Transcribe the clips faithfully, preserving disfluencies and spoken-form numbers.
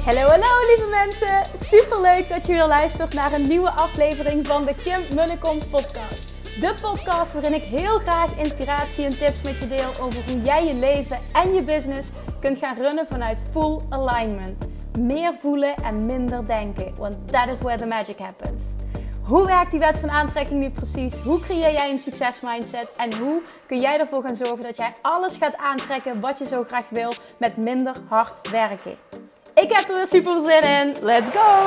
Hallo, hallo lieve mensen. Superleuk dat je weer luistert naar een nieuwe aflevering van de Kim Munnekom podcast. De podcast waarin ik heel graag inspiratie en tips met je deel over hoe jij je leven en je business kunt gaan runnen vanuit full alignment. Meer voelen en minder denken, want that is where the magic happens. Hoe werkt die wet van aantrekking nu precies? Hoe creëer jij een succesmindset? En hoe kun jij ervoor gaan zorgen dat jij alles gaat aantrekken wat je zo graag wil met minder hard werken? Ik heb er weer super zin in. Let's go!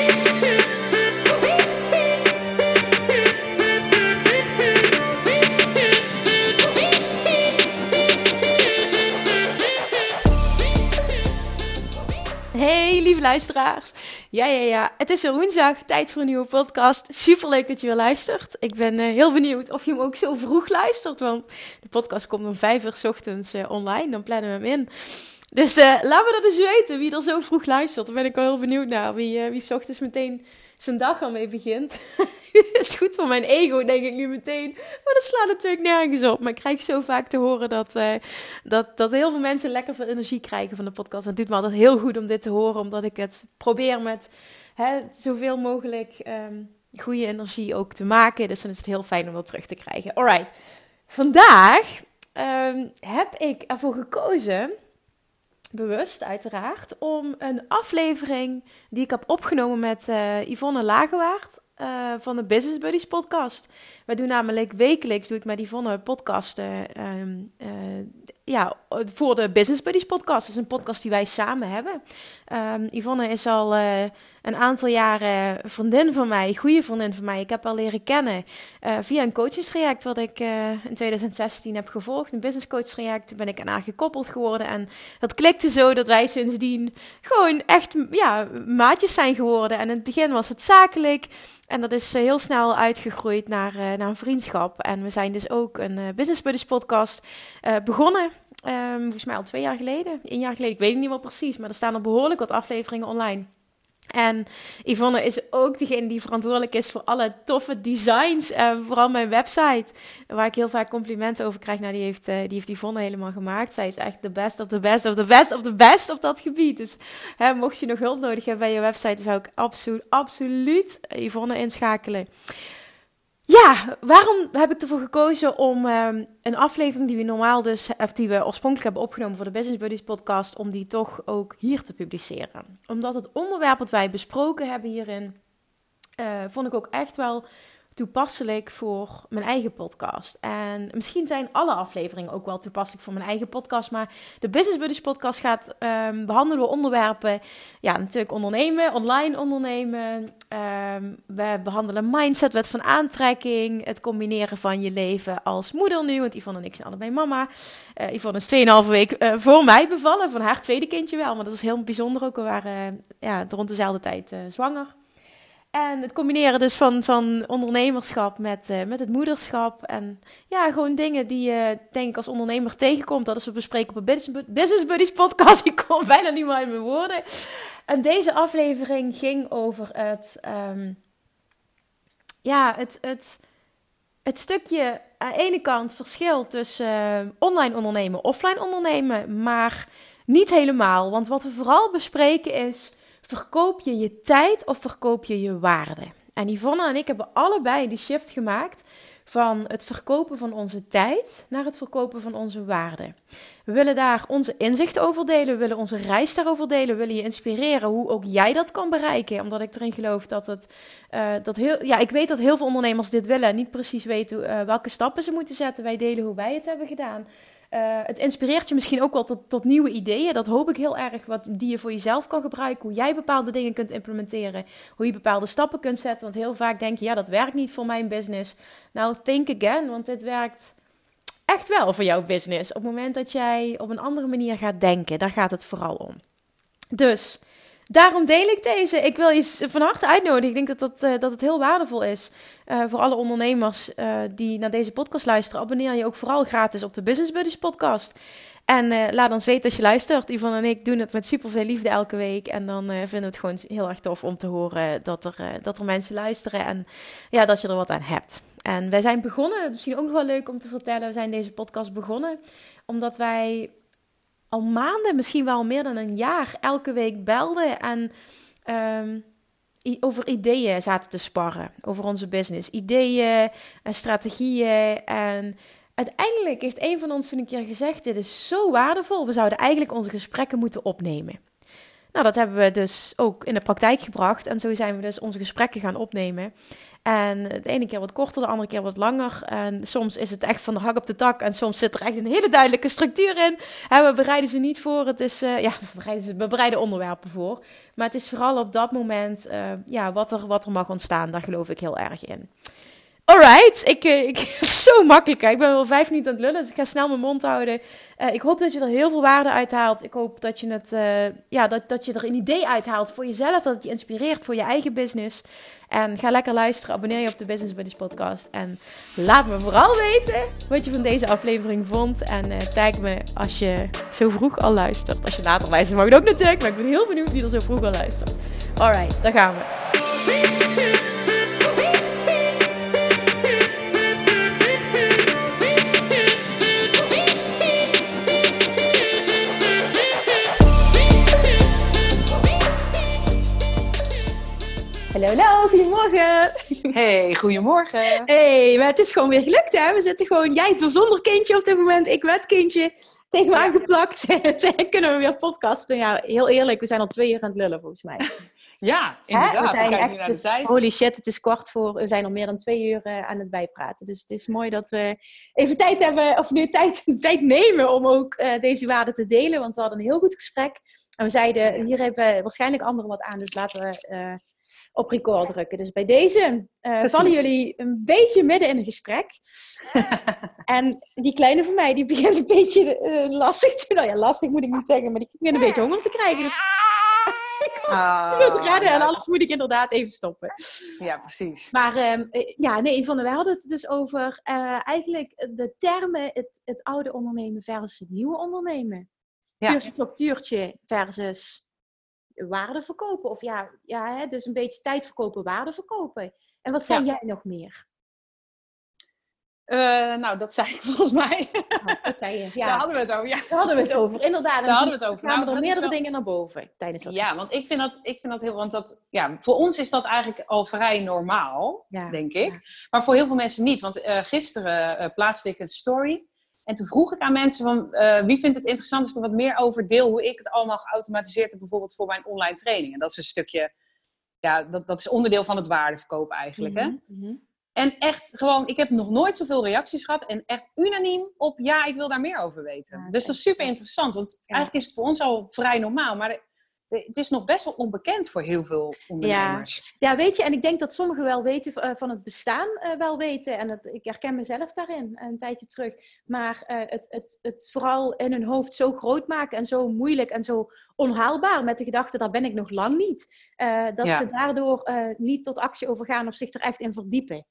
Hey lieve luisteraars. Ja, ja, ja. Het is weer woensdag. Tijd voor een nieuwe podcast. Super leuk dat je weer luistert. Ik ben uh, heel benieuwd of je hem ook zo vroeg luistert. Want de podcast komt om vijf uur 's ochtends uh, online. Dan plannen we hem in. Dus uh, laten we dat eens weten wie er zo vroeg luistert. Daar ben ik wel heel benieuwd naar. Wie, uh, wie 's ochtends meteen zijn dag al mee begint. Het is goed voor mijn ego, denk ik nu meteen. Maar dat slaat natuurlijk nergens op. Maar ik krijg zo vaak te horen dat, uh, dat, dat heel veel mensen lekker veel energie krijgen van de podcast. Dat doet me altijd heel goed om dit te horen. Omdat ik het probeer met hè, zoveel mogelijk um, goede energie ook te maken. Dus dan is het heel fijn om dat terug te krijgen. Alright. Vandaag um, heb ik ervoor gekozen... bewust uiteraard, om een aflevering die ik heb opgenomen met uh, Yvonne Lagewaard uh, van de Business Buddies podcast. Wij doen namelijk wekelijks, doe ik met Yvonne podcasten um, uh, ja, voor de Business Buddies podcast. Dat is een podcast die wij samen hebben. Um, Yvonne is al uh, een aantal jaren vriendin van mij, goede vriendin van mij. Ik heb haar leren kennen uh, via een coachingstraject wat ik uh, in twintig zestien heb gevolgd. Een business coach traject, ben ik aan haar gekoppeld geworden. En dat klikte zo dat wij sindsdien gewoon echt ja, maatjes zijn geworden. En in het begin was het zakelijk. En dat is heel snel uitgegroeid naar, uh, naar een vriendschap. En we zijn dus ook een uh, Business Buddies podcast uh, begonnen. Um, volgens mij al twee jaar geleden. Een jaar geleden, ik weet het niet meer precies. Maar er staan er behoorlijk wat afleveringen online. En Yvonne is ook degene die verantwoordelijk is voor alle toffe designs. Uh, vooral mijn website, waar ik heel vaak complimenten over krijg. Nou, die heeft, uh, die heeft Yvonne helemaal gemaakt. Zij is echt de best of the best of the best of the best op dat gebied. Dus hè, mocht je nog hulp nodig hebben bij je website, zou ik absoluut, absoluut Yvonne inschakelen. Ja, waarom heb ik ervoor gekozen om um, een aflevering die we normaal dus, of die we oorspronkelijk hebben opgenomen voor de Business Buddies podcast, om die toch ook hier te publiceren? Omdat het onderwerp wat wij besproken hebben hierin, uh, vond ik ook echt wel toepasselijk voor mijn eigen podcast. En misschien zijn alle afleveringen ook wel toepasselijk voor mijn eigen podcast, maar de Business Buddies podcast gaat um, behandelen we onderwerpen, ja, natuurlijk ondernemen, online ondernemen. Um, we behandelen mindset, wet van aantrekking, het combineren van je leven als moeder nu, want Yvonne en ik zijn allebei mama. Uh, Yvonne is tweeënhalve week uh, voor mij bevallen, van haar tweede kindje wel, maar dat was heel bijzonder ook. We waren uh, ja, rond dezelfde tijd uh, zwanger. En het combineren dus van, van ondernemerschap met, uh, met het moederschap. En ja, gewoon dingen die je denk ik als ondernemer tegenkomt. Dat is we bespreken op een Business Buddies podcast. Ik kom bijna niet meer uit mijn woorden. En deze aflevering ging over het... Um, ja, het, het, het stukje aan de ene kant verschil tussen uh, online ondernemen, offline ondernemen. Maar niet helemaal. Want wat we vooral bespreken is... verkoop je je tijd of verkoop je je waarde? En Yvonne en ik hebben allebei die shift gemaakt van het verkopen van onze tijd naar het verkopen van onze waarde. We willen daar onze inzicht over delen, we willen onze reis daarover delen, we willen je inspireren hoe ook jij dat kan bereiken. Omdat ik erin geloof dat het, uh, dat heel, ja, ik weet dat heel veel ondernemers dit willen en niet precies weten uh, welke stappen ze moeten zetten. Wij delen hoe wij het hebben gedaan. Uh, het inspireert je misschien ook wel tot, tot nieuwe ideeën. Dat hoop ik heel erg, wat, die je voor jezelf kan gebruiken. Hoe jij bepaalde dingen kunt implementeren. Hoe je bepaalde stappen kunt zetten. Want heel vaak denk je, ja, dat werkt niet voor mijn business. Nou, think again, want dit werkt echt wel voor jouw business. Op het moment dat jij op een andere manier gaat denken. Daar gaat het vooral om. Dus... daarom deel ik deze. Ik wil je van harte uitnodigen. Ik denk dat, dat, uh, dat het heel waardevol is uh, voor alle ondernemers uh, die naar deze podcast luisteren. Abonneer je ook vooral gratis op de Business Buddies podcast. En uh, laat ons weten als je luistert. Yvonne en ik doen het met super veel liefde elke week. En dan uh, vinden we het gewoon heel erg tof om te horen dat er, uh, dat er mensen luisteren. En ja, dat je er wat aan hebt. En wij zijn begonnen, misschien ook nog wel leuk om te vertellen. We zijn deze podcast begonnen omdat wij al maanden, misschien wel meer dan een jaar, elke week belden en um, i- over ideeën zaten te sparren. Over onze business. Ideeën en strategieën. En uiteindelijk heeft een van ons een keer gezegd, dit is zo waardevol. We zouden eigenlijk onze gesprekken moeten opnemen. Nou, dat hebben we dus ook in de praktijk gebracht. En zo zijn we dus onze gesprekken gaan opnemen. En de ene keer wat korter, de andere keer wat langer. En soms is het echt van de hak op de tak. En soms zit er echt een hele duidelijke structuur in. En we bereiden ze niet voor. Het is, uh, ja, we bereiden, ze, we bereiden onderwerpen voor. Maar het is vooral op dat moment uh, ja, wat, er, wat er mag ontstaan. Daar geloof ik heel erg in. Alright, ik, ik, het is zo makkelijk. Ik ben wel vijf minuten aan het lullen, dus ik ga snel mijn mond houden. Uh, ik hoop dat je er heel veel waarde uit haalt. Ik hoop dat je, het, uh, ja, dat, dat je er een idee uit haalt voor jezelf. Dat het je inspireert voor je eigen business. En ga lekker luisteren. Abonneer je op de Business Buddies podcast. En laat me vooral weten wat je van deze aflevering vond. En uh, tag me als je zo vroeg al luistert. Als je later luistert mag het ook natuurlijk. Maar ik ben heel benieuwd wie er zo vroeg al luistert. Alright, daar gaan we. Hallo, hallo, goedemorgen. Hey, goedemorgen. Hey, maar het is gewoon weer gelukt, hè? We zitten gewoon, jij het zonder kindje op dit moment, ik met kindje, tegen me ja. aangeplakt. Kunnen we weer podcasten? Ja, heel eerlijk, we zijn al twee uur aan het lullen, volgens mij. Ja, inderdaad. We zijn kijk echt, nu naar de dus, tijd. holy shit, het is kwart voor, we zijn al meer dan twee uur uh, aan het bijpraten. Dus het is mooi dat we even tijd hebben, of nu tijd, tijd nemen om ook uh, deze waarden te delen. Want we hadden een heel goed gesprek. En we zeiden, hier hebben waarschijnlijk anderen wat aan, dus laten we... Uh, op record drukken. Dus bij deze uh, vallen jullie een beetje midden in een gesprek. En die kleine van mij, die begint een beetje uh, lastig te... Nou ja, lastig moet ik niet zeggen, maar die begint een beetje honger te krijgen. Dus ik moet oh, het redden en anders moet ik inderdaad even stoppen. Ja, precies. Maar um, ja, nee, van, we hadden het dus over uh, eigenlijk de termen het, het oude ondernemen versus het nieuwe ondernemen. Ja. Puur structuurtje versus... waarde verkopen. Of ja, ja hè, dus een beetje tijd verkopen, waarde verkopen. En wat zei ja. jij nog meer? Uh, nou, dat zei ik volgens mij. Nou, dat zei je. Ja. Daar hadden we het over. Ja. Daar hadden we het over, inderdaad. Daar hadden we het over. kwamen nou, er meerdere wel... dingen naar boven tijdens dat Ja, gesprek. want ik vind dat, ik vind dat heel... Want dat, ja, voor ons is dat eigenlijk al vrij normaal, ja. denk ik. Ja. Maar voor heel veel mensen niet. Want uh, gisteren uh, plaatste ik een story... En toen vroeg ik aan mensen van, uh, wie vindt het interessant als ik er wat meer over deel, hoe ik het allemaal geautomatiseerd heb, bijvoorbeeld voor mijn online training. En dat is een stukje, ja, dat, dat is onderdeel van het waardeverkoop eigenlijk. Mm-hmm, hè? Mm-hmm. En echt gewoon, ik heb nog nooit zoveel reacties gehad en echt unaniem op, ja, ik wil daar meer over weten. Ja, dus dat is super interessant, want ja. eigenlijk is het voor ons al vrij normaal, maar de, de, het is nog best wel onbekend voor heel veel ondernemers. Ja, ja weet je, en ik denk dat sommigen wel weten uh, van het bestaan uh, wel weten. En het, ik herken mezelf daarin een tijdje terug. Maar uh, het, het, het vooral in hun hoofd zo groot maken en zo moeilijk en zo onhaalbaar met de gedachte, daar ben ik nog lang niet. Uh, dat ja. ze daardoor uh, niet tot actie overgaan of zich er echt in verdiepen.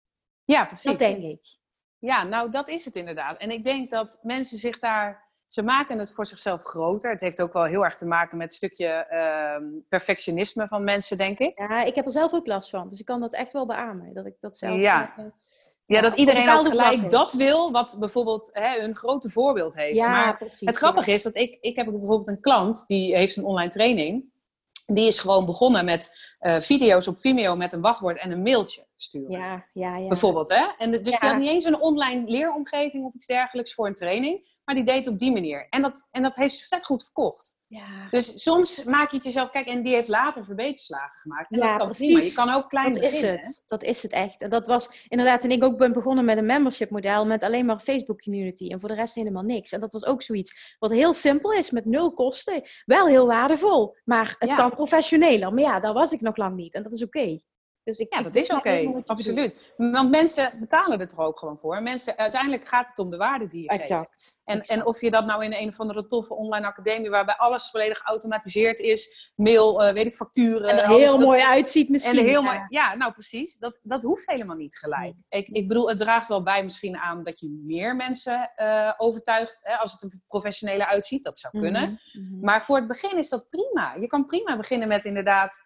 Ja, precies. Dat denk ik. Ja, nou dat is het inderdaad. En ik denk dat mensen zich daar... Ze maken het voor zichzelf groter. Het heeft ook wel heel erg te maken met een stukje uh, perfectionisme van mensen, denk ik. Ja, ik heb er zelf ook last van. Dus ik kan dat echt wel beamen. Dat ik dat zelf... Ja, uh, ja, ja dat iedereen ook gelijk dat wil, wat bijvoorbeeld hè, een grote voorbeeld heeft. Ja, maar precies. Het grappige ja. is dat ik... Ik heb bijvoorbeeld een klant, die heeft een online training. Die is gewoon begonnen met uh, video's op Vimeo met een wachtwoord en een mailtje sturen. Ja, ja, ja. Bijvoorbeeld, hè? En de, dus ja. die had niet eens een online leeromgeving of iets dergelijks voor een training. Maar die deed het op die manier. En dat, en dat heeft ze vet goed verkocht. Ja. Dus soms maak je het jezelf... Kijk, en die heeft later verbeterslagen gemaakt. En ja, dat kan precies. prima. Je kan ook klein dat beginnen. Is het. Dat is het echt. En dat was inderdaad... En ik ook ben begonnen met een membership model. Met alleen maar Facebook community. En voor de rest helemaal niks. En dat was ook zoiets wat heel simpel is. Met nul kosten. Wel heel waardevol. Maar het ja. kan professioneler. Maar ja, daar was ik nog lang niet. En dat is oké. Okay. Dus ik, ja, dat is oké. Okay. Absoluut. Bedoelt. Want mensen betalen er toch ook gewoon voor. Mensen, uiteindelijk gaat het om de waarde die je exact. geeft. En, exact. en of je dat nou in een of andere toffe online academie... waarbij alles volledig geautomatiseerd is. Mail, uh, weet ik, facturen. En er alles, heel dat, mooi uitziet misschien. En er heel ja. mooi, ja, nou precies. Dat, dat hoeft helemaal niet gelijk. Nee. Ik, ik bedoel, het draagt wel bij misschien aan... dat je meer mensen uh, overtuigt... Hè, als het er professioneler uitziet. Dat zou kunnen. Mm-hmm. Mm-hmm. Maar voor het begin is dat prima. Je kan prima beginnen met inderdaad...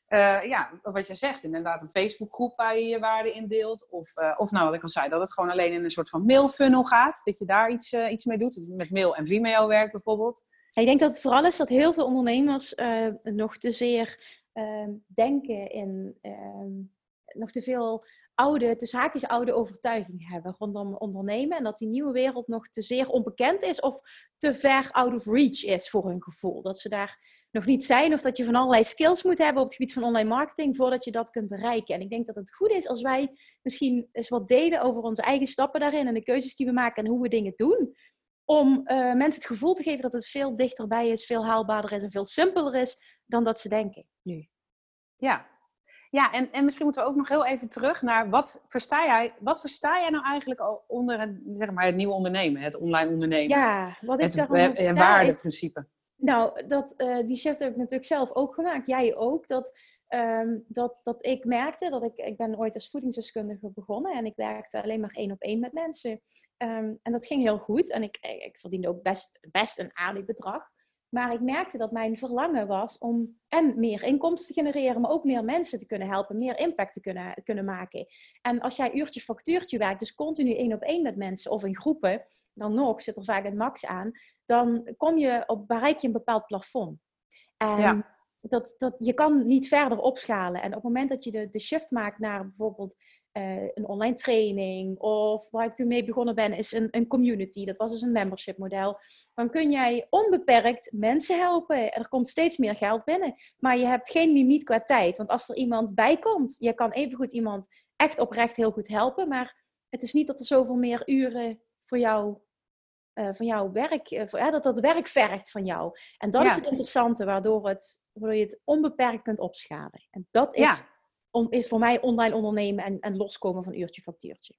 uh, ja, wat je zegt, inderdaad een Facebookgroep waar je je waarden in deelt. Of, uh, of nou, wat ik al zei, dat het gewoon alleen in een soort van mailfunnel gaat. Dat je daar iets, uh, iets mee doet. Met mail en Vimeo werk bijvoorbeeld. Ik denk dat het vooral is dat heel veel ondernemers uh, nog te zeer uh, denken in uh, nog te veel oude, tussen haakjes oude overtuigingen hebben rondom ondernemen. En dat die nieuwe wereld nog te zeer onbekend is of te ver out of reach is voor hun gevoel. Dat ze daar nog niet zijn of dat je van allerlei skills moet hebben op het gebied van online marketing voordat je dat kunt bereiken. En ik denk dat het goed is als wij misschien eens wat delen over onze eigen stappen daarin en de keuzes die we maken en hoe we dingen doen. Om uh, mensen het gevoel te geven dat het veel dichterbij is, veel haalbaarder is en veel simpeler is dan dat ze denken nu. Ja, ja en, en misschien moeten we ook nog heel even terug naar wat versta jij, wat versta jij nou eigenlijk onder het, zeg maar, het nieuwe ondernemen, het online ondernemen? Ja, wat ik het daarom waardeprincipe. Nou, dat, uh, die shift heb ik natuurlijk zelf ook gemaakt, jij ook. Dat, um, dat, dat ik merkte, dat ik, ik ben ooit als voedingsdeskundige begonnen en ik werkte alleen maar één op één met mensen. Um, en dat ging heel goed en ik, ik verdiende ook best, best een aardig bedrag. Maar ik merkte dat mijn verlangen was om en meer inkomsten te genereren, maar ook meer mensen te kunnen helpen, meer impact te kunnen, kunnen maken. En als jij uurtje factuurtje werkt, dus continu één op één met mensen of in groepen, dan nog zit er vaak een max aan, dan kom je op, bereik je een bepaald plafond. En ja. dat, dat, je kan niet verder opschalen. En op het moment dat je de, de shift maakt naar bijvoorbeeld uh, een online training of waar ik toen mee begonnen ben, is een, een community. Dat was dus een membership model. Dan kun jij onbeperkt mensen helpen. Er komt steeds meer geld binnen. Maar je hebt geen limiet qua tijd. Want als er iemand bij komt, je kan evengoed iemand echt oprecht heel goed helpen. Maar het is niet dat er zoveel meer uren voor jou, uh, van jouw werk, uh, voor, uh, dat dat werk vergt van jou. En dat ja. is het interessante, waardoor, het, waardoor je het onbeperkt kunt opschalen. En dat is... Ja. Om, is voor mij online ondernemen en, en loskomen van uurtje factuurtje.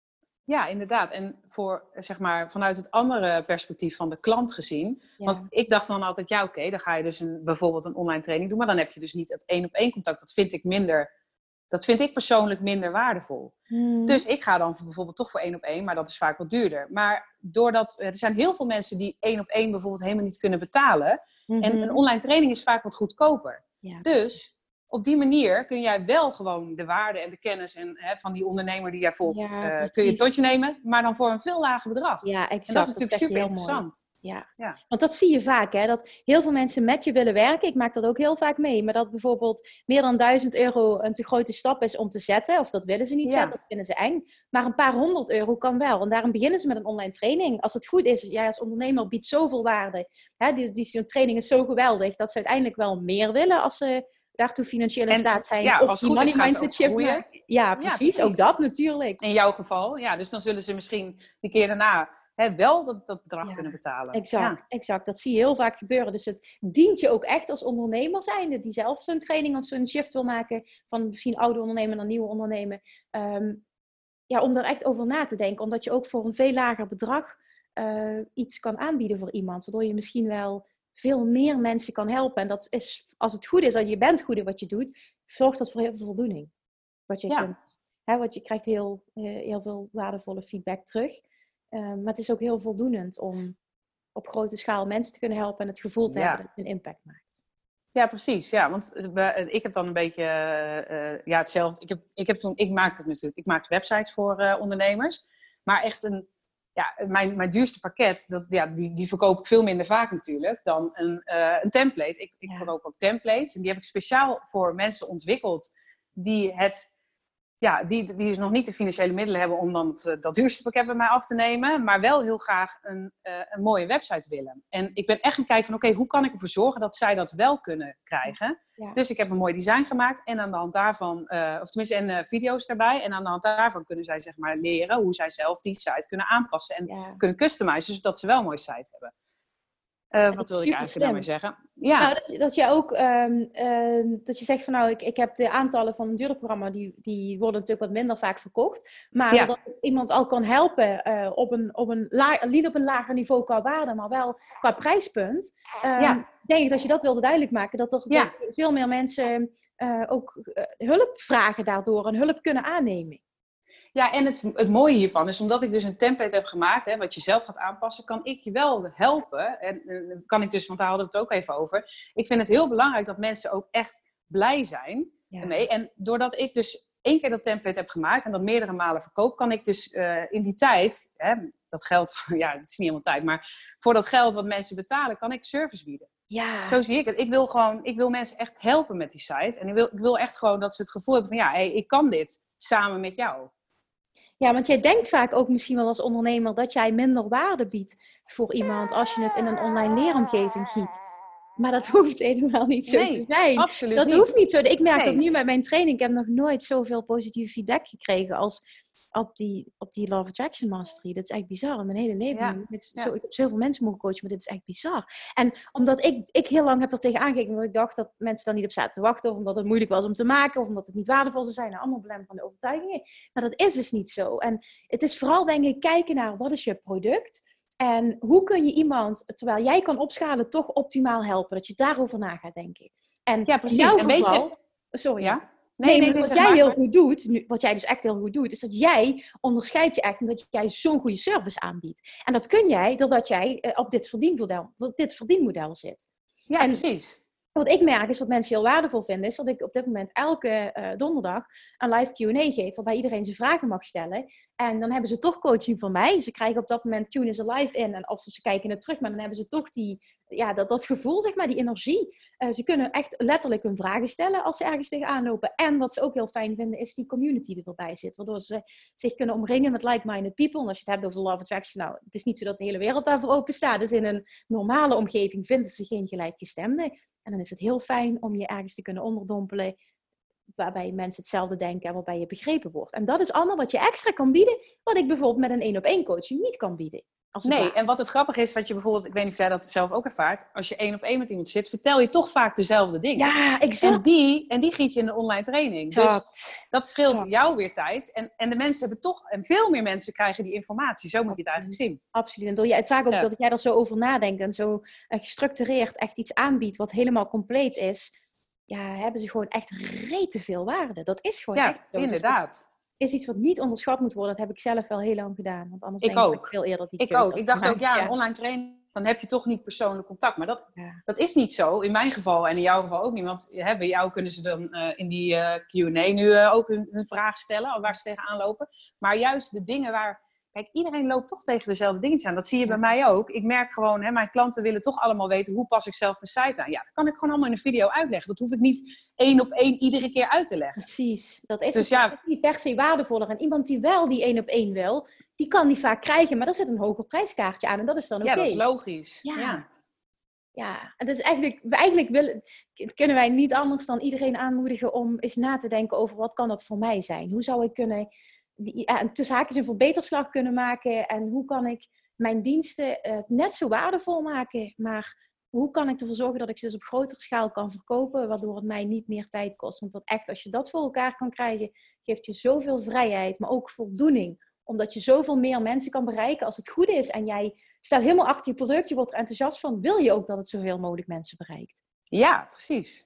Ja, inderdaad. En voor, zeg maar, vanuit het andere perspectief van de klant gezien. Ja. Want ik dacht dan altijd, ja oké, okay, dan ga je dus een, bijvoorbeeld een online training doen. Maar dan heb je dus niet het één op één contact. Dat vind ik minder, dat vind ik persoonlijk minder waardevol. Hmm. Dus ik ga dan bijvoorbeeld toch voor één op één, maar dat is vaak wat duurder. Maar doordat, er zijn heel veel mensen die één op één bijvoorbeeld helemaal niet kunnen betalen. Mm-hmm. En een online training is vaak wat goedkoper. Ja. Dus... op die manier kun jij wel gewoon de waarde en de kennis en, hè, van die ondernemer die jij volgt, ja, uh, kun je tot je nemen, maar dan voor een veel lager bedrag. Ja, exact. En dat is natuurlijk dat super interessant. Ja. ja, want dat zie je vaak, hè? Dat heel veel mensen met je willen werken. Ik maak dat ook heel vaak mee. Maar dat bijvoorbeeld meer dan duizend euro een te grote stap is om te zetten. Of dat willen ze niet ja. zetten, dat vinden ze eng. Maar een paar honderd euro kan wel. En daarom beginnen ze met een online training. Als het goed is, jij als ondernemer biedt zoveel waarde. Hè? Die, die, die training is zo geweldig dat ze uiteindelijk wel meer willen als ze daartoe financieel in en, staat zijn. Ja, of als die het money goed is, mindset shift groeien. Ja, ja, precies. Ja, precies. Ook dat natuurlijk. In jouw geval. Ja, dus dan zullen ze misschien de keer daarna hè, wel dat, dat bedrag ja, kunnen betalen. Exact, ja. exact. Dat zie je heel vaak gebeuren. Dus het dient je ook echt als ondernemer zijnde, die zelf zo'n training of zo'n shift wil maken, van misschien oude ondernemer naar nieuwe ondernemer. Um, ja, om daar echt over na te denken. Omdat je ook voor een veel lager bedrag uh, iets kan aanbieden voor iemand. Waardoor je misschien wel veel meer mensen kan helpen. En dat is, als het goed is, dat je bent goed in wat je doet, zorgt dat voor heel veel voldoening. Wat je, ja. kunt, hè, wat je krijgt heel, heel veel waardevolle feedback terug. Uh, maar het is ook heel voldoenend om op grote schaal mensen te kunnen helpen en het gevoel te ja. hebben dat het een impact maakt. Ja, precies. Ja, want we, ik heb dan een beetje uh, ja, hetzelfde. Ik, heb, ik, heb toen, ik maakte het natuurlijk. Ik maakte websites voor uh, ondernemers. Maar echt een, ja, mijn, mijn duurste pakket, dat, ja, die, die verkoop ik veel minder vaak natuurlijk dan een, uh, een template. Ik, ik ja. verkoop ook templates en die heb ik speciaal voor mensen ontwikkeld die het... Ja, die, die dus nog niet de financiële middelen hebben om dan het, dat duurste pakket bij mij af te nemen. Maar wel heel graag een, uh, een mooie website willen. En ik ben echt gaan kijken van oké, okay, hoe kan ik ervoor zorgen dat zij dat wel kunnen krijgen. Ja. Dus ik heb een mooi design gemaakt. En aan de hand daarvan, uh, of tenminste en uh, video's daarbij. En aan de hand daarvan kunnen zij zeg maar leren hoe zij zelf die site kunnen aanpassen. En ja. kunnen customizen, zodat ze wel een mooie site hebben. Uh, wat wil ik eigenlijk slim. daarmee zeggen? Ja. Nou, dat, dat je ook um, uh, dat je zegt van nou, ik, ik heb de aantallen van een duurder programma, die, die worden natuurlijk wat minder vaak verkocht. Maar ja. dat iemand al kan helpen uh, op een, op een la- niet op een lager niveau qua waarde, maar wel qua prijspunt. Um, ja. Denk ik dat je dat wilde duidelijk maken. Dat er ja. dat veel meer mensen uh, ook uh, hulp vragen daardoor en hulp kunnen aannemen. Ja, en het, het mooie hiervan is, omdat ik dus een template heb gemaakt, hè, wat je zelf gaat aanpassen, kan ik je wel helpen. En, en kan ik dus, want daar hadden we het ook even over. Ik vind het heel belangrijk dat mensen ook echt blij zijn Ja. ermee. En doordat ik dus één keer dat template heb gemaakt en dat meerdere malen verkoop, kan ik dus uh, in die tijd, hè, dat geld, ja, het is niet helemaal tijd, maar voor dat geld wat mensen betalen, kan ik service bieden. Ja. Zo zie ik het. Ik wil gewoon, ik wil mensen echt helpen met die site. En ik wil, ik wil echt gewoon dat ze het gevoel hebben van, ja, hey, ik kan dit samen met jou. Ja, want jij denkt vaak ook misschien wel als ondernemer dat jij minder waarde biedt voor iemand als je het in een online leeromgeving giet. Maar dat hoeft helemaal niet zo nee, te zijn. Absoluut dat niet. hoeft niet zo. Ik merk nee. dat nu met mijn training. Ik heb nog nooit zoveel positieve feedback gekregen als op die, op die Law of Attraction Mastery. Dat is echt bizar. In mijn hele leven. Ja, dit is ja. zo, ik heb zoveel mensen mogen coachen, maar dit is echt bizar. En omdat ik, ik heel lang heb er tegenaan gekeken, omdat ik dacht dat mensen daar niet op zaten te wachten, of omdat het moeilijk was om te maken, of omdat het niet waardevol zou zijn. Nou, allemaal belemmerende overtuigingen. Maar dat is dus niet zo. En het is vooral, denk ik, kijken naar wat is je product. En hoe kun je iemand, terwijl jij kan opschalen, toch optimaal helpen? Dat je daarover na gaat denken. En ja, precies. In jouw en geval, weet je... Sorry. Ja? Nee, nee, nee, nee wat nee, jij maar, heel maar... goed doet, nu, wat jij dus echt heel goed doet, is dat jij onderscheidt je echt omdat jij zo'n goede service aanbiedt. En dat kun jij doordat jij uh, op dit verdienmodel, dit verdienmodel zit. Ja, en, precies. Wat ik merk is, wat mensen heel waardevol vinden, is dat ik op dit moment elke uh, donderdag een live Q en A geef, waarbij iedereen zijn vragen mag stellen. En dan hebben ze toch coaching van mij. Ze krijgen op dat moment Tune is Alive in, en of ze kijken het terug, maar dan hebben ze toch die, ja, dat, dat gevoel, zeg maar, die energie. Uh, ze kunnen echt letterlijk hun vragen stellen als ze ergens tegenaan lopen. En wat ze ook heel fijn vinden, is die community die erbij zit. Waardoor ze zich kunnen omringen met like-minded people. En als je het hebt over Law of Attraction, nou, het is niet zo dat de hele wereld daarvoor open staat. Dus in een normale omgeving vinden ze geen gelijkgestemden. En dan is het heel fijn om je ergens te kunnen onderdompelen, waarbij mensen hetzelfde denken en waarbij je begrepen wordt. En dat is allemaal wat je extra kan bieden, wat ik bijvoorbeeld met een één-op-één coaching niet kan bieden. Nee, ware. en wat het grappige is, wat je bijvoorbeeld, ik weet niet of jij dat zelf ook ervaart, als je één op één met iemand zit, vertel je toch vaak dezelfde dingen. Ja, exact. En die, en die giet je in de online training. Exact. Dus dat scheelt Exact. jou weer tijd. En, en de mensen hebben toch, en veel meer mensen krijgen die informatie. Zo moet je het eigenlijk zien. Absoluut. En door jij, vaak ook ja. dat jij er zo over nadenkt en zo uh, gestructureerd echt iets aanbiedt wat helemaal compleet is, ja, hebben ze gewoon echt rete veel waarde. Dat is gewoon ja, echt zo. Inderdaad. Is iets wat niet onderschat moet worden. Dat heb ik zelf wel heel lang gedaan. Want anders ik denk ook. ik veel eerder die Ik keuze ook. Ik dacht ook, ja, ja, een online training, dan heb je toch niet persoonlijk contact. Maar dat, ja. dat is niet zo. In mijn geval en in jouw geval ook niet. Want hè, bij jou kunnen ze dan uh, in die uh, Q en A nu uh, ook hun, hun vraag stellen. Waar ze tegenaan lopen. Maar juist de dingen waar... Kijk, iedereen loopt toch tegen dezelfde dingetjes aan. Dat zie je ja. bij mij ook. Ik merk gewoon, hè, mijn klanten willen toch allemaal weten... hoe pas ik zelf mijn site aan? Ja, dat kan ik gewoon allemaal in een video uitleggen. Dat hoef ik niet één op één iedere keer uit te leggen. Precies. Dat is dus het ja, niet per se waardevoller. En iemand die wel die één op één wil... die kan die vaak krijgen. Maar daar zit een hoger prijskaartje aan. En dat is dan oké. Okay. Ja, dat is logisch. Ja. ja. Ja, en dat is eigenlijk, eigenlijk willen, kunnen wij niet anders dan iedereen aanmoedigen... om eens na te denken over wat kan dat voor mij zijn? Hoe zou ik kunnen... Die, ja, tussen haakjes een verbeterslag kunnen maken. En hoe kan ik mijn diensten uh, net zo waardevol maken. Maar hoe kan ik ervoor zorgen dat ik ze dus op grotere schaal kan verkopen. Waardoor het mij niet meer tijd kost. Want dat echt, als je dat voor elkaar kan krijgen. Geeft je zoveel vrijheid. Maar ook voldoening. Omdat je zoveel meer mensen kan bereiken als het goed is. En jij staat helemaal achter je product. Je wordt er enthousiast van. Wil je ook dat het zoveel mogelijk mensen bereikt. Ja, precies.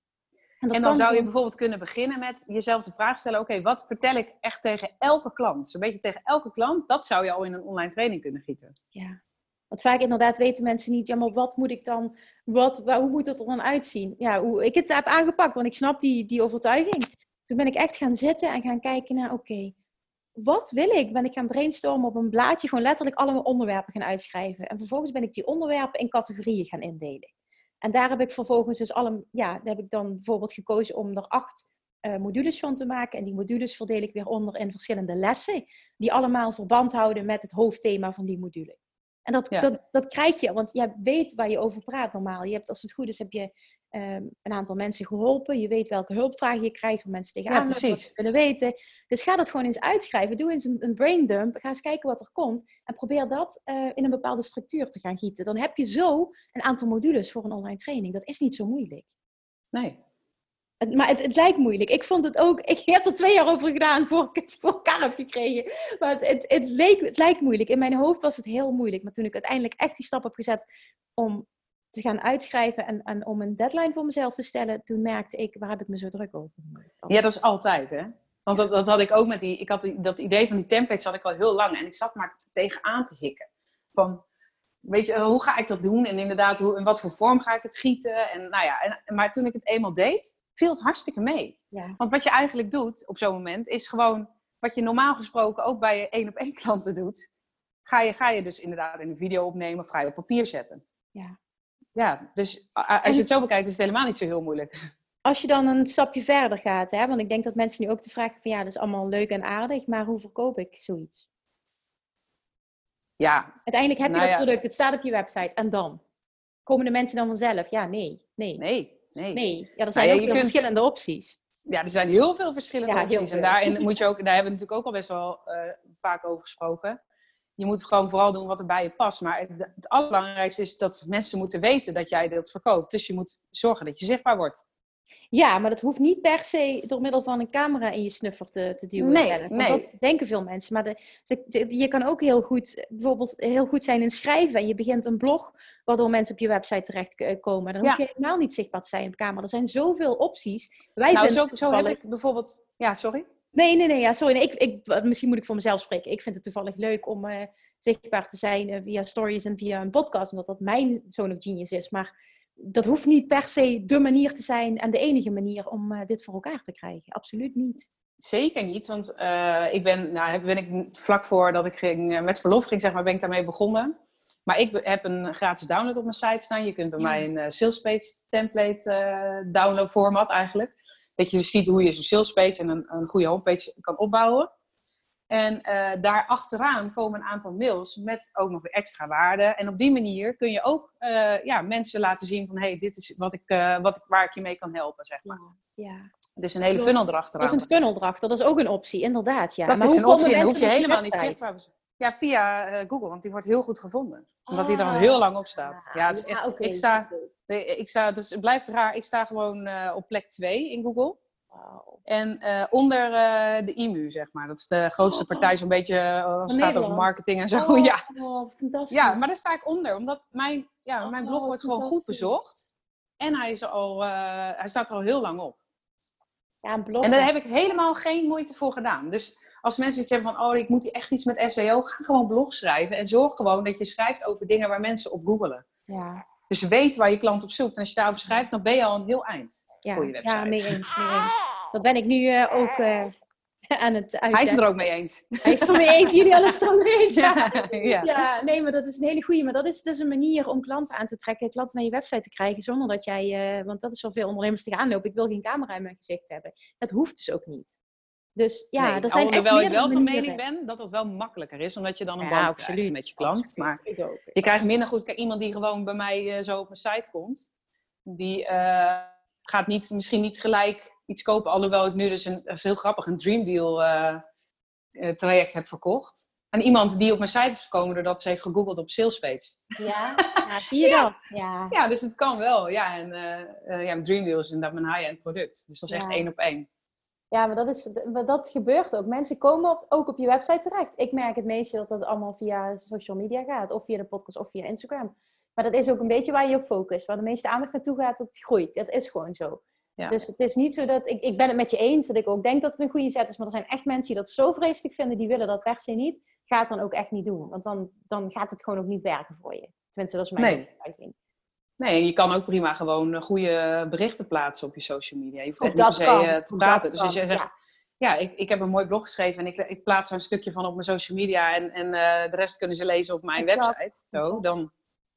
En, en dan zou gewoon... je bijvoorbeeld kunnen beginnen met jezelf de vraag stellen... oké, okay, wat vertel ik echt tegen elke klant? Zo'n beetje tegen elke klant, dat zou je al in een online training kunnen gieten. Ja, want vaak inderdaad weten mensen niet... ja, maar wat moet ik dan... Wat, hoe moet het er dan uitzien? Ja, hoe ik het heb aangepakt, want ik snap die, die overtuiging. Toen ben ik echt gaan zitten en gaan kijken naar... oké, okay, wat wil ik? Ben ik gaan brainstormen op een blaadje... gewoon letterlijk alle onderwerpen gaan uitschrijven. En vervolgens ben ik die onderwerpen in categorieën gaan indelen. En daar heb ik vervolgens dus alle, ja, daar heb ik dan bijvoorbeeld gekozen om er acht uh, modules van te maken. En die modules verdeel ik weer onder in verschillende lessen, die allemaal verband houden met het hoofdthema van die module. En dat, ja. dat, dat krijg je, want je weet waar je over praat normaal. Je hebt, als het goed is, heb je um, een aantal mensen geholpen. Je weet welke hulpvragen je krijgt, waar mensen tegenaan lopen, wat ze kunnen weten. Dus ga dat gewoon eens uitschrijven. Doe eens een, een brain dump. Ga eens kijken wat er komt. En probeer dat uh, in een bepaalde structuur te gaan gieten. Dan heb je zo een aantal modules voor een online training. Dat is niet zo moeilijk. Nee. Het, maar het, het lijkt moeilijk. Ik vond het ook... Ik heb er twee jaar over gedaan voor ik het voor elkaar heb gekregen. Maar het, het, het, leek, het lijkt moeilijk. In mijn hoofd was het heel moeilijk. Maar toen ik uiteindelijk echt die stap heb gezet om te gaan uitschrijven en, en om een deadline voor mezelf te stellen, toen merkte ik, waar heb ik me zo druk over gemaakt? Ja, dat is altijd, hè? Want dat, dat had ik ook met die... Ik had die, dat idee van die templates had ik al heel lang. En ik zat maar tegenaan te hikken. Van... Weet je, hoe ga ik dat doen? En inderdaad, hoe, in wat voor vorm ga ik het gieten? En, nou ja, en, maar toen ik het eenmaal deed, viel het hartstikke mee. Ja. Want wat je eigenlijk doet op zo'n moment is gewoon wat je normaal gesproken ook bij je één op één klanten doet. Ga je, ga je dus inderdaad in een video opnemen of ga je op papier zetten. Ja. Ja, dus als je het zo bekijkt is het helemaal niet zo heel moeilijk. Als je dan een stapje verder gaat, hè, want ik denk dat mensen nu ook de vraag hebben van ja, dat is allemaal leuk en aardig, maar hoe verkoop ik zoiets? Ja. Uiteindelijk heb je nou dat ja. product, het staat op je website en dan? Komen de mensen dan vanzelf? Ja, nee. Nee. Nee, nee. nee. Ja, er zijn nou, ook ja, veel kunt... verschillende opties. Ja, er zijn heel veel verschillende ja, opties. Heel veel. En daarin moet je ook, daar hebben we natuurlijk ook al best wel uh, vaak over gesproken. Je moet gewoon vooral doen wat er bij je past. Maar het, het allerbelangrijkste is dat mensen moeten weten dat jij dit verkoopt. Dus je moet zorgen dat je zichtbaar wordt. Ja, maar dat hoeft niet per se door middel van een camera in je snuffer te, te duwen. Nee, Want nee. dat denken veel mensen. Maar de, de, je kan ook heel goed, bijvoorbeeld heel goed zijn in schrijven. En je begint een blog waardoor mensen op je website terechtkomen. Dan hoef je ja. helemaal niet zichtbaar te zijn op camera. Er zijn zoveel opties. Wij nou, zo, zo heb ik bijvoorbeeld... Ja, sorry? Nee, nee, nee. Ja, sorry. Nee, ik, ik, misschien moet ik voor mezelf spreken. Ik vind het toevallig leuk om uh, zichtbaar te zijn uh, via stories en via een podcast. Omdat dat mijn zone of genius is. Maar dat hoeft niet per se de manier te zijn en de enige manier om uh, dit voor elkaar te krijgen. Absoluut niet. Zeker niet, want uh, ik ben, nou, ben ik vlak voordat ik ging, uh, met verlof ging, zeg maar, ben ik daarmee begonnen. Maar ik heb een gratis download op mijn site staan. Je kunt bij ja. mij een uh, sales page template uh, download format eigenlijk. Dat je dus ziet hoe je zo'n sales page en een, een goede homepage kan opbouwen. En uh, daar achteraan komen een aantal mails met ook nog weer extra waarde. En op die manier kun je ook uh, ja, mensen laten zien van... hé, hey, dit is wat ik, uh, wat ik, waar ik je mee kan helpen, zeg maar. Ja. ja. Dus een hele funnel erachteraan. Dat is een funnel erachter, dat is ook een optie, inderdaad. Ja. Dat maar is hoe een optie en dan hoef je helemaal niet zichtbaar. Ja, via uh, Google, want die wordt heel goed gevonden. Omdat hij ah, er al heel lang op staat. Ah, ja, het is ja, echt... Okay. Ik sta, ik sta, dus het blijft raar, ik sta gewoon uh, op plek twee in Google. Wow. En uh, onder uh, de I M U, zeg maar. Dat is de grootste partij, zo'n beetje uh, als het gaat over marketing en zo. Oh, ja. Oh, fantastisch. Ja, maar daar sta ik onder. Omdat mijn, ja, mijn blog oh, wordt gewoon goed bezocht. En hij, is al, uh, hij staat er al heel lang op. Ja, een blog. En daar heb ik helemaal geen moeite voor gedaan. Dus als mensen iets hebben van... oh, ik moet echt iets met S E O... ga gewoon blog schrijven. En zorg gewoon dat je schrijft over dingen waar mensen op googelen. Ja. Dus weet waar je klant op zoekt. En als je daarover schrijft, dan ben je al een heel eind ja. voor je website. Ja, mee eens, mee eens. Dat ben ik nu uh, ook uh, aan het uit. Hij is er ook mee eens. Hij is er mee eens. Jullie alles er ook mee eens. Ja. Ja. ja, nee, maar dat is een hele goeie. Maar dat is dus een manier om klanten aan te trekken. Klanten naar je website te krijgen. Zonder dat jij... Uh, want dat is wel veel ondernemers tegenaan lopen. Ik wil geen camera in mijn gezicht hebben. Dat hoeft dus ook niet. Dus ja, nee, er zijn echt Alhoewel ik wel van manieren. mening ben dat dat wel makkelijker is. Omdat je dan een ja, band absoluut. krijgt met je klant. Absoluut. Maar ik ook, ik je krijgt minder goed... Kijk, iemand die gewoon bij mij uh, zo op mijn site komt. Die uh, gaat niet, misschien niet gelijk iets kopen. Alhoewel ik nu dus een, dat is heel grappig, een Dream Deal uh, uh, traject heb verkocht. En iemand die op mijn site is gekomen doordat ze heeft gegoogeld op salespage. Ja, ja zie je ja. dat? Ja. ja, dus het kan wel. Ja, en uh, uh, ja, Dream Deal is inderdaad mijn high-end product. Dus dat is ja. echt één op één. Ja, maar dat, is, dat gebeurt ook. Mensen komen op, ook op je website terecht. Ik merk het meeste dat dat allemaal via social media gaat. Of via de podcast of via Instagram. Maar dat is ook een beetje waar je op focust. Waar de meeste aandacht naartoe gaat, dat groeit. Dat is gewoon zo. Ja. Dus het is niet zo dat... Ik, ik ben het met je eens dat ik ook denk dat het een goede zet is. Maar er zijn echt mensen die dat zo vreselijk vinden. Die willen dat per se niet. Ga het dan ook echt niet doen. Want dan, dan gaat het gewoon ook niet werken voor je. Tenminste, dat is mijn nee. overtuiging. Nee, je kan ook prima gewoon goede berichten plaatsen op je social media. Je hoeft echt dat niet per se kan. te praten. Dus als je kan. zegt... Ja, ja ik, ik heb een mooi blog geschreven en ik, ik plaats er een stukje van op mijn social media. En, en uh, de rest kunnen ze lezen op mijn exact. website. Zo, dan...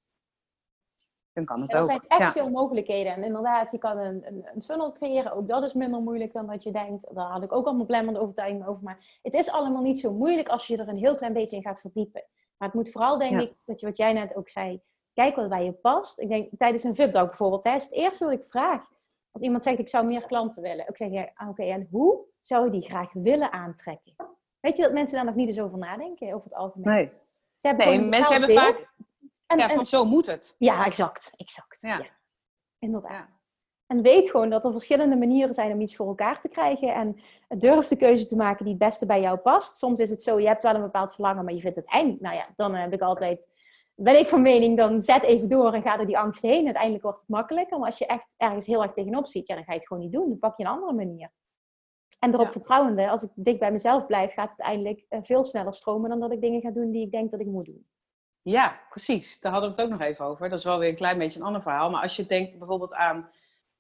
Dan kan het ja, er ook. zijn echt ja. veel mogelijkheden. En inderdaad, je kan een, een, een funnel creëren. Ook dat is minder moeilijk dan dat je denkt. Daar had ik ook al mijn belemmerende overtuiging over. Maar het is allemaal niet zo moeilijk als je er een heel klein beetje in gaat verdiepen. Maar het moet vooral, denk ja. ik, dat je, wat jij net ook zei. Kijk wat bij je past. Ik denk, tijdens een V I P-dag bijvoorbeeld. Hè, is het eerste wat ik vraag. Als iemand zegt, ik zou meer klanten willen. Ik zeg, ja, oké, okay, en hoe zou je die graag willen aantrekken? Weet je dat mensen daar nog niet eens over nadenken, over het algemeen? Nee, Ze hebben nee mensen hebben deel. vaak... En, ja, van en, zo moet het. Ja, exact. exact ja. ja. Inderdaad. Ja. En weet gewoon dat er verschillende manieren zijn om iets voor elkaar te krijgen. En durf de keuze te maken die het beste bij jou past. Soms is het zo, je hebt wel een bepaald verlangen, maar je vindt het eng. Nou ja, dan heb ik altijd... Ben ik van mening, dan zet even door en ga door die angst heen. Uiteindelijk wordt het makkelijker. Maar als je echt ergens heel erg tegenop ziet, ja, dan ga je het gewoon niet doen. Dan pak je een andere manier. En erop ja. vertrouwende, als ik dicht bij mezelf blijf, gaat het uiteindelijk veel sneller stromen dan dat ik dingen ga doen die ik denk dat ik moet doen. Ja, precies. Daar hadden we het ook nog even over. Dat is wel weer een klein beetje een ander verhaal. Maar als je denkt bijvoorbeeld aan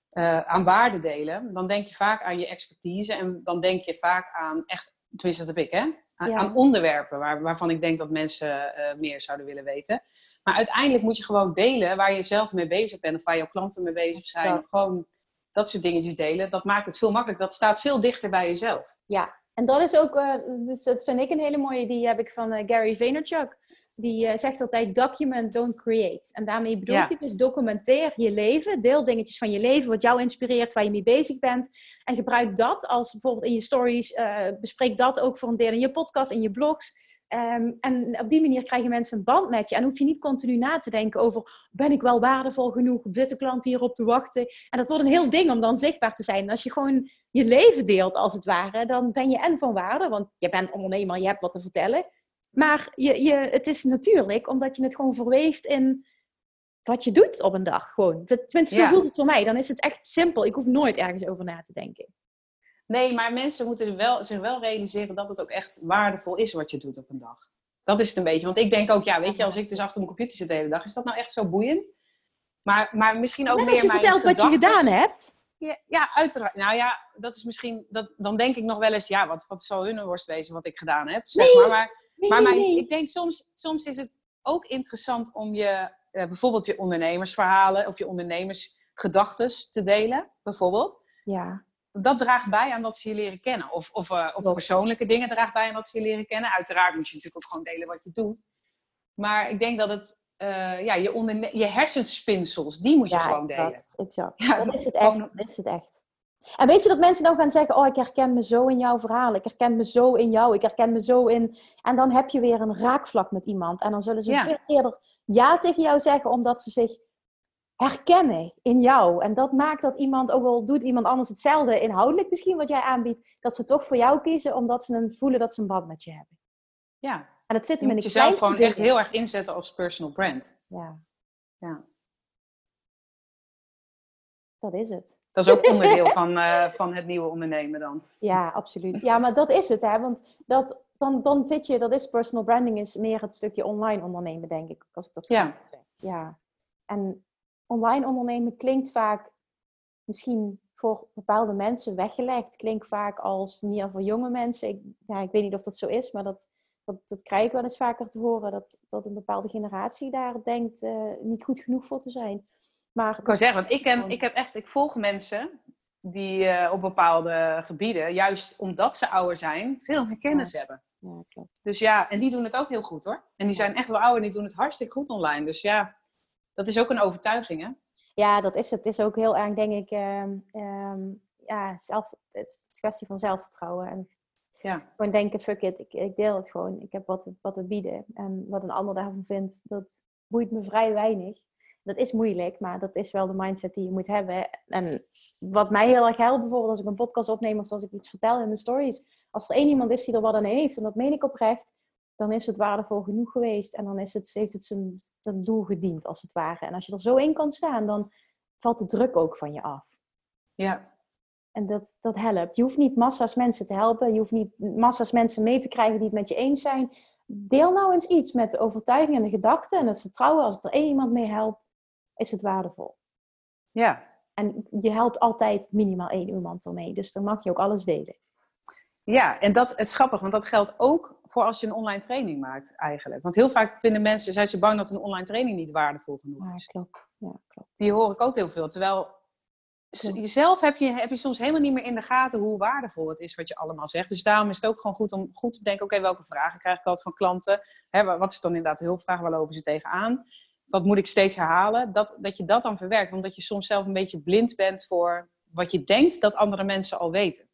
uh, aan waarde delen, dan denk je vaak aan je expertise en dan denk je vaak aan echt, tenminste dat heb ik, hè? Aan, ja. aan onderwerpen waar, waarvan ik denk dat mensen uh, meer zouden willen weten. Maar uiteindelijk moet je gewoon delen waar je zelf mee bezig bent of waar jouw klanten mee bezig zijn. Ja. Of gewoon dat soort dingetjes delen. Dat maakt het veel makkelijker. Dat staat veel dichter bij jezelf. Ja, en dat is ook, uh, dus dat vind ik een hele mooie, die heb ik van uh, Gary Vaynerchuk. Die uh, zegt altijd document, don't create. En daarmee bedoelt ja. hij dus documenteer je leven. Deel dingetjes van je leven, wat jou inspireert, waar je mee bezig bent. En gebruik dat als bijvoorbeeld in je stories. Uh, bespreek dat ook voor een deel in je podcast, in je blogs. Um, en op die manier krijgen mensen een band met je. En hoef je niet continu na te denken over, ben ik wel waardevol genoeg? Zitten klanten hierop te wachten? En dat wordt een heel ding om dan zichtbaar te zijn. En als je gewoon je leven deelt, als het ware, dan ben je en van waarde. Want je bent ondernemer, je hebt wat te vertellen. Maar je, je, het is natuurlijk, omdat je het gewoon verweeft in wat je doet op een dag. Gewoon. Tenminste, zo ja. voelt het voor mij. Dan is het echt simpel. Ik hoef nooit ergens over na te denken. Nee, maar mensen moeten wel, zich wel realiseren dat het ook echt waardevol is wat je doet op een dag. Dat is het een beetje. Want ik denk ook, ja, weet je, als ik dus achter mijn computer zit de hele dag, is dat nou echt zo boeiend? Maar, maar misschien ook ja, meer als je mijn vertelt gedachtes. Wat je gedaan hebt. Ja, ja, uiteraard. Nou ja, dat is misschien, dat, dan denk ik nog wel eens, ja, wat, wat zal hun worst wezen wat ik gedaan heb? Zeg nee, maar. Maar, nee, maar mijn, nee. ik denk soms, soms is het ook interessant om je, uh, bijvoorbeeld je ondernemersverhalen of je ondernemersgedachtes te delen, bijvoorbeeld. Ja. Dat draagt bij aan dat ze je leren kennen. Of, of, uh, of persoonlijke dingen draagt bij aan dat ze je leren kennen. Uiteraard moet je natuurlijk ook gewoon delen wat je doet. Maar ik denk dat het, uh, ja, je, onderne- je hersenspinsels, die moet je ja, gewoon delen. Exact, exact. Ja, dat is het echt. Dat is het echt. En weet je dat mensen dan gaan zeggen, oh, ik herken me zo in jouw verhaal. Ik herken me zo in jou. Ik herken me zo in... En dan heb je weer een raakvlak met iemand. En dan zullen ze ja. veel eerder ja tegen jou zeggen, omdat ze zich herkennen in jou. En dat maakt dat iemand, ook al doet iemand anders hetzelfde inhoudelijk misschien wat jij aanbiedt, dat ze toch voor jou kiezen, omdat ze een, voelen dat ze een band met je hebben. Ja. En dat zit je hem moet in jezelf gewoon dingen. Echt heel erg inzetten als personal brand. Ja. Ja. Dat is het. Dat is ook onderdeel van, uh, van het nieuwe ondernemen dan. Ja, absoluut. Ja, maar dat is het, hè. Want dat, dan, dan zit je, dat is personal branding, is meer het stukje online ondernemen, denk ik. Als ik dat ja. zeg. Ja. En online ondernemen klinkt vaak, misschien voor bepaalde mensen weggelegd, klinkt vaak als meer voor jonge mensen. Ik, ja, ik weet niet of dat zo is, maar dat, dat, dat krijg ik wel eens vaker te horen, dat, dat een bepaalde generatie daar denkt uh, niet goed genoeg voor te zijn. Maar, ik wou zeggen, want ik, ken, ik, heb echt, ik volg mensen die uh, op bepaalde gebieden, juist omdat ze ouder zijn, veel meer kennis ja. hebben. Ja, klopt. Dus ja, en die doen het ook heel goed hoor. En die zijn echt wel ouder en die doen het hartstikke goed online. Dus ja, dat is ook een overtuiging, hè? Ja, dat is het. Het is ook heel erg, denk ik, um, um, ja, zelf, het is een kwestie van zelfvertrouwen. En ja. gewoon denken, fuck it, ik, ik deel het gewoon. Ik heb wat, wat te bieden. En wat een ander daarvan vindt, dat boeit me vrij weinig. Dat is moeilijk, maar dat is wel de mindset die je moet hebben. En wat mij heel erg helpt, bijvoorbeeld als ik een podcast opneem of als ik iets vertel in mijn stories. Als er één iemand is die er wat aan heeft, en dat meen ik oprecht, dan is het waardevol genoeg geweest. En dan is het, heeft het zijn, zijn doel gediend, als het ware. En als je er zo in kan staan, dan valt de druk ook van je af. Ja. En dat, dat helpt. Je hoeft niet massa's mensen te helpen. Je hoeft niet massa's mensen mee te krijgen die het met je eens zijn. Deel nou eens iets met de overtuiging en de gedachten en het vertrouwen. Als er één iemand mee helpt, is het waardevol. Ja. En je helpt altijd minimaal één iemand ermee. Dus dan mag je ook alles delen. Ja, en dat het is grappig, want dat geldt ook voor als je een online training maakt eigenlijk. Want heel vaak vinden mensen, zijn ze bang dat een online training niet waardevol genoeg is. Ja, klopt. Ja, klopt. Die hoor ik ook heel veel. Terwijl klopt. Jezelf heb je, heb je soms helemaal niet meer in de gaten hoe waardevol het is wat je allemaal zegt. Dus daarom is het ook gewoon goed om goed te denken, oké, okay, welke vragen krijg ik altijd van klanten? Hè, wat is dan inderdaad de hulpvraag? Waar lopen ze tegenaan? Wat moet ik steeds herhalen? Dat, dat je dat dan verwerkt. Omdat je soms zelf een beetje blind bent voor wat je denkt dat andere mensen al weten.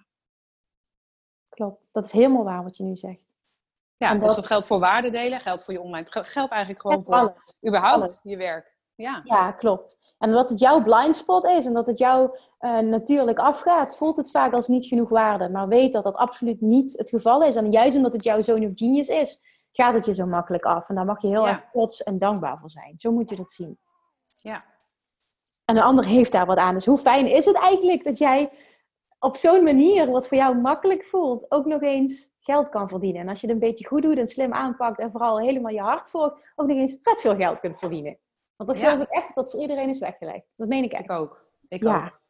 Klopt. Dat is helemaal waar wat je nu zegt. Ja, en dus dat... dat geldt voor waardedelen, geldt voor je online. Het geldt eigenlijk gewoon het voor alles. überhaupt alles. Je werk. Ja. ja, klopt. En omdat het jouw blindspot is en dat het jou uh, natuurlijk afgaat, voelt het vaak als niet genoeg waarde. Maar weet dat dat absoluut niet het geval is. En juist omdat het jouw zone of genius is, gaat het je zo makkelijk af. En daar mag je heel ja. erg trots en dankbaar voor zijn. Zo moet je dat zien. Ja. En de ander heeft daar wat aan. Dus hoe fijn is het eigenlijk dat jij op zo'n manier, wat voor jou makkelijk voelt, ook nog eens geld kan verdienen. En als je het een beetje goed doet en slim aanpakt en vooral helemaal je hart volgt, ook nog eens vet veel geld kunt verdienen. Want dat geloof ja. ik echt dat dat voor iedereen is weggelegd. Dat meen ik echt. Ik ook. Ik ja. ook.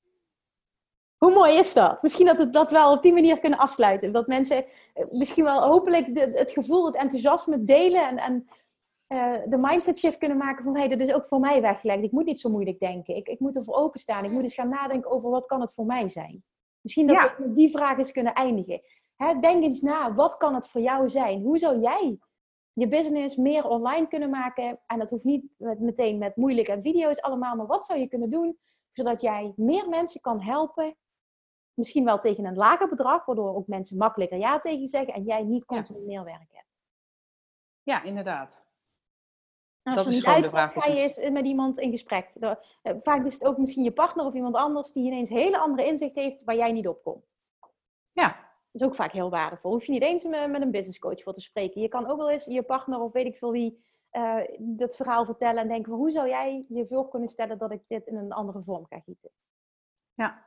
Hoe mooi is dat? Misschien dat we dat wel op die manier kunnen afsluiten. Dat mensen misschien wel hopelijk de, het gevoel, het enthousiasme delen en, en uh, de mindset shift kunnen maken van, hé, hey, dit is ook voor mij weggelegd. Ik moet niet zo moeilijk denken. Ik, ik moet ervoor openstaan. Ik moet eens gaan nadenken over wat kan het voor mij zijn. Misschien dat ja. we met die vraag eens kunnen eindigen. Hè, denk eens na, wat kan het voor jou zijn? Hoe zou jij je business meer online kunnen maken? En dat hoeft niet met, meteen met moeilijke video's allemaal, maar wat zou je kunnen doen zodat jij meer mensen kan helpen? Misschien wel tegen een lager bedrag, waardoor ook mensen makkelijker ja tegen zeggen en jij niet continu ja. meer werk hebt. Ja, inderdaad. En als dat je is gewoon de vraag. Ga je eens met iemand in gesprek. Vaak is het ook misschien je partner of iemand anders die ineens hele andere inzicht heeft waar jij niet op komt. Ja. Dat is ook vaak heel waardevol. Hoef je niet eens met een business coach voor te spreken. Je kan ook wel eens je partner of weet ik veel wie uh, dat verhaal vertellen en denken van hoe zou jij je voor kunnen stellen dat ik dit in een andere vorm ga gieten. Ja.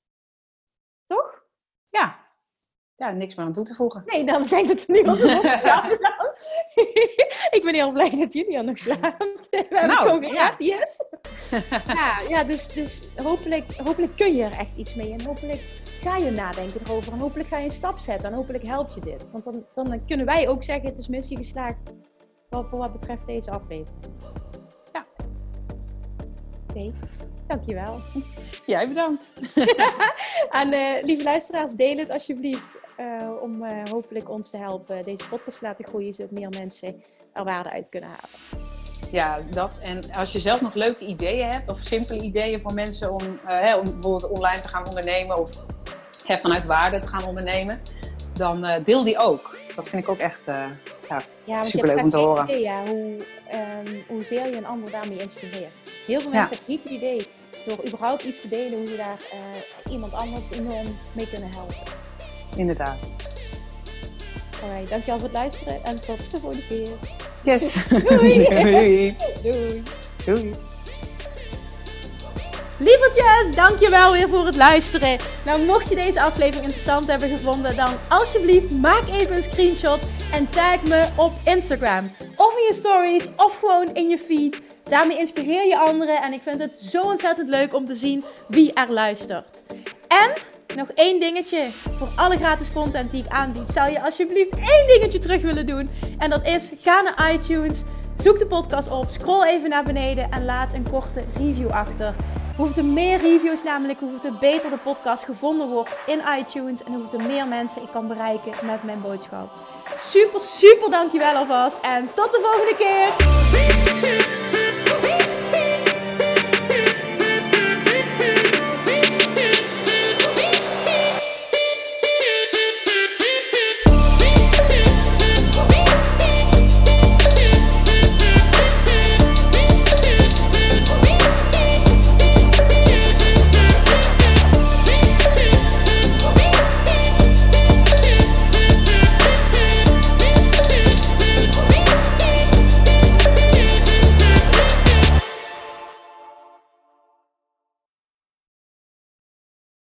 Toch? Ja. Ja, niks meer aan toe te voegen. Nee, dan denk ik dat we nu onze opgave dan. Ik ben heel blij dat Julian nog slaapt. We hebben nou, het gewoon gehad, ja. Yes. ja, ja, dus, dus hopelijk, hopelijk kun je er echt iets mee. En hopelijk ga je nadenken erover. En hopelijk ga je een stap zetten. En hopelijk helpt je dit. Want dan, dan kunnen wij ook zeggen, het is missie geslaagd. Voor wat betreft deze aflevering. Ja. Oké, okay. Dankjewel. Jij bedankt. En uh, lieve luisteraars, deel het alsjeblieft. Uh, om uh, hopelijk ons te helpen deze podcast te laten groeien. Zodat meer mensen er waarde uit kunnen halen. Ja, dat. En als je zelf nog leuke ideeën hebt. Of simpele ideeën voor mensen om, uh, hè, om bijvoorbeeld online te gaan ondernemen. Of hè, vanuit waarde te gaan ondernemen. Dan uh, deel die ook. Dat vind ik ook echt uh, ja, ja, superleuk om te horen. Idee, ja, hoe, um, hoezeer je een ander daarmee inspireert. Heel veel mensen ja. hebben niet het idee door überhaupt iets te delen hoe je daar uh, iemand anders enorm mee kunnen helpen. Inderdaad. Alright, dankjewel voor het luisteren en tot de volgende keer. Yes. Doei. Doei. Doei. Doei. Lievertjes, dankjewel weer voor het luisteren. Nou, mocht je deze aflevering interessant hebben gevonden, dan alsjeblieft maak even een screenshot en tag me op Instagram. Of in je stories, of gewoon in je feed. Daarmee inspireer je anderen en ik vind het zo ontzettend leuk om te zien wie er luistert. En nog één dingetje. Voor alle gratis content die ik aanbied, zou je alsjeblieft één dingetje terug willen doen. En dat is, ga naar iTunes, zoek de podcast op, scroll even naar beneden en laat een korte review achter. Hoeveel meer reviews namelijk, hoeveel beter de podcast gevonden wordt in iTunes. En hoeveel meer mensen ik kan bereiken met mijn boodschap. Super, super dankjewel alvast. En tot de volgende keer.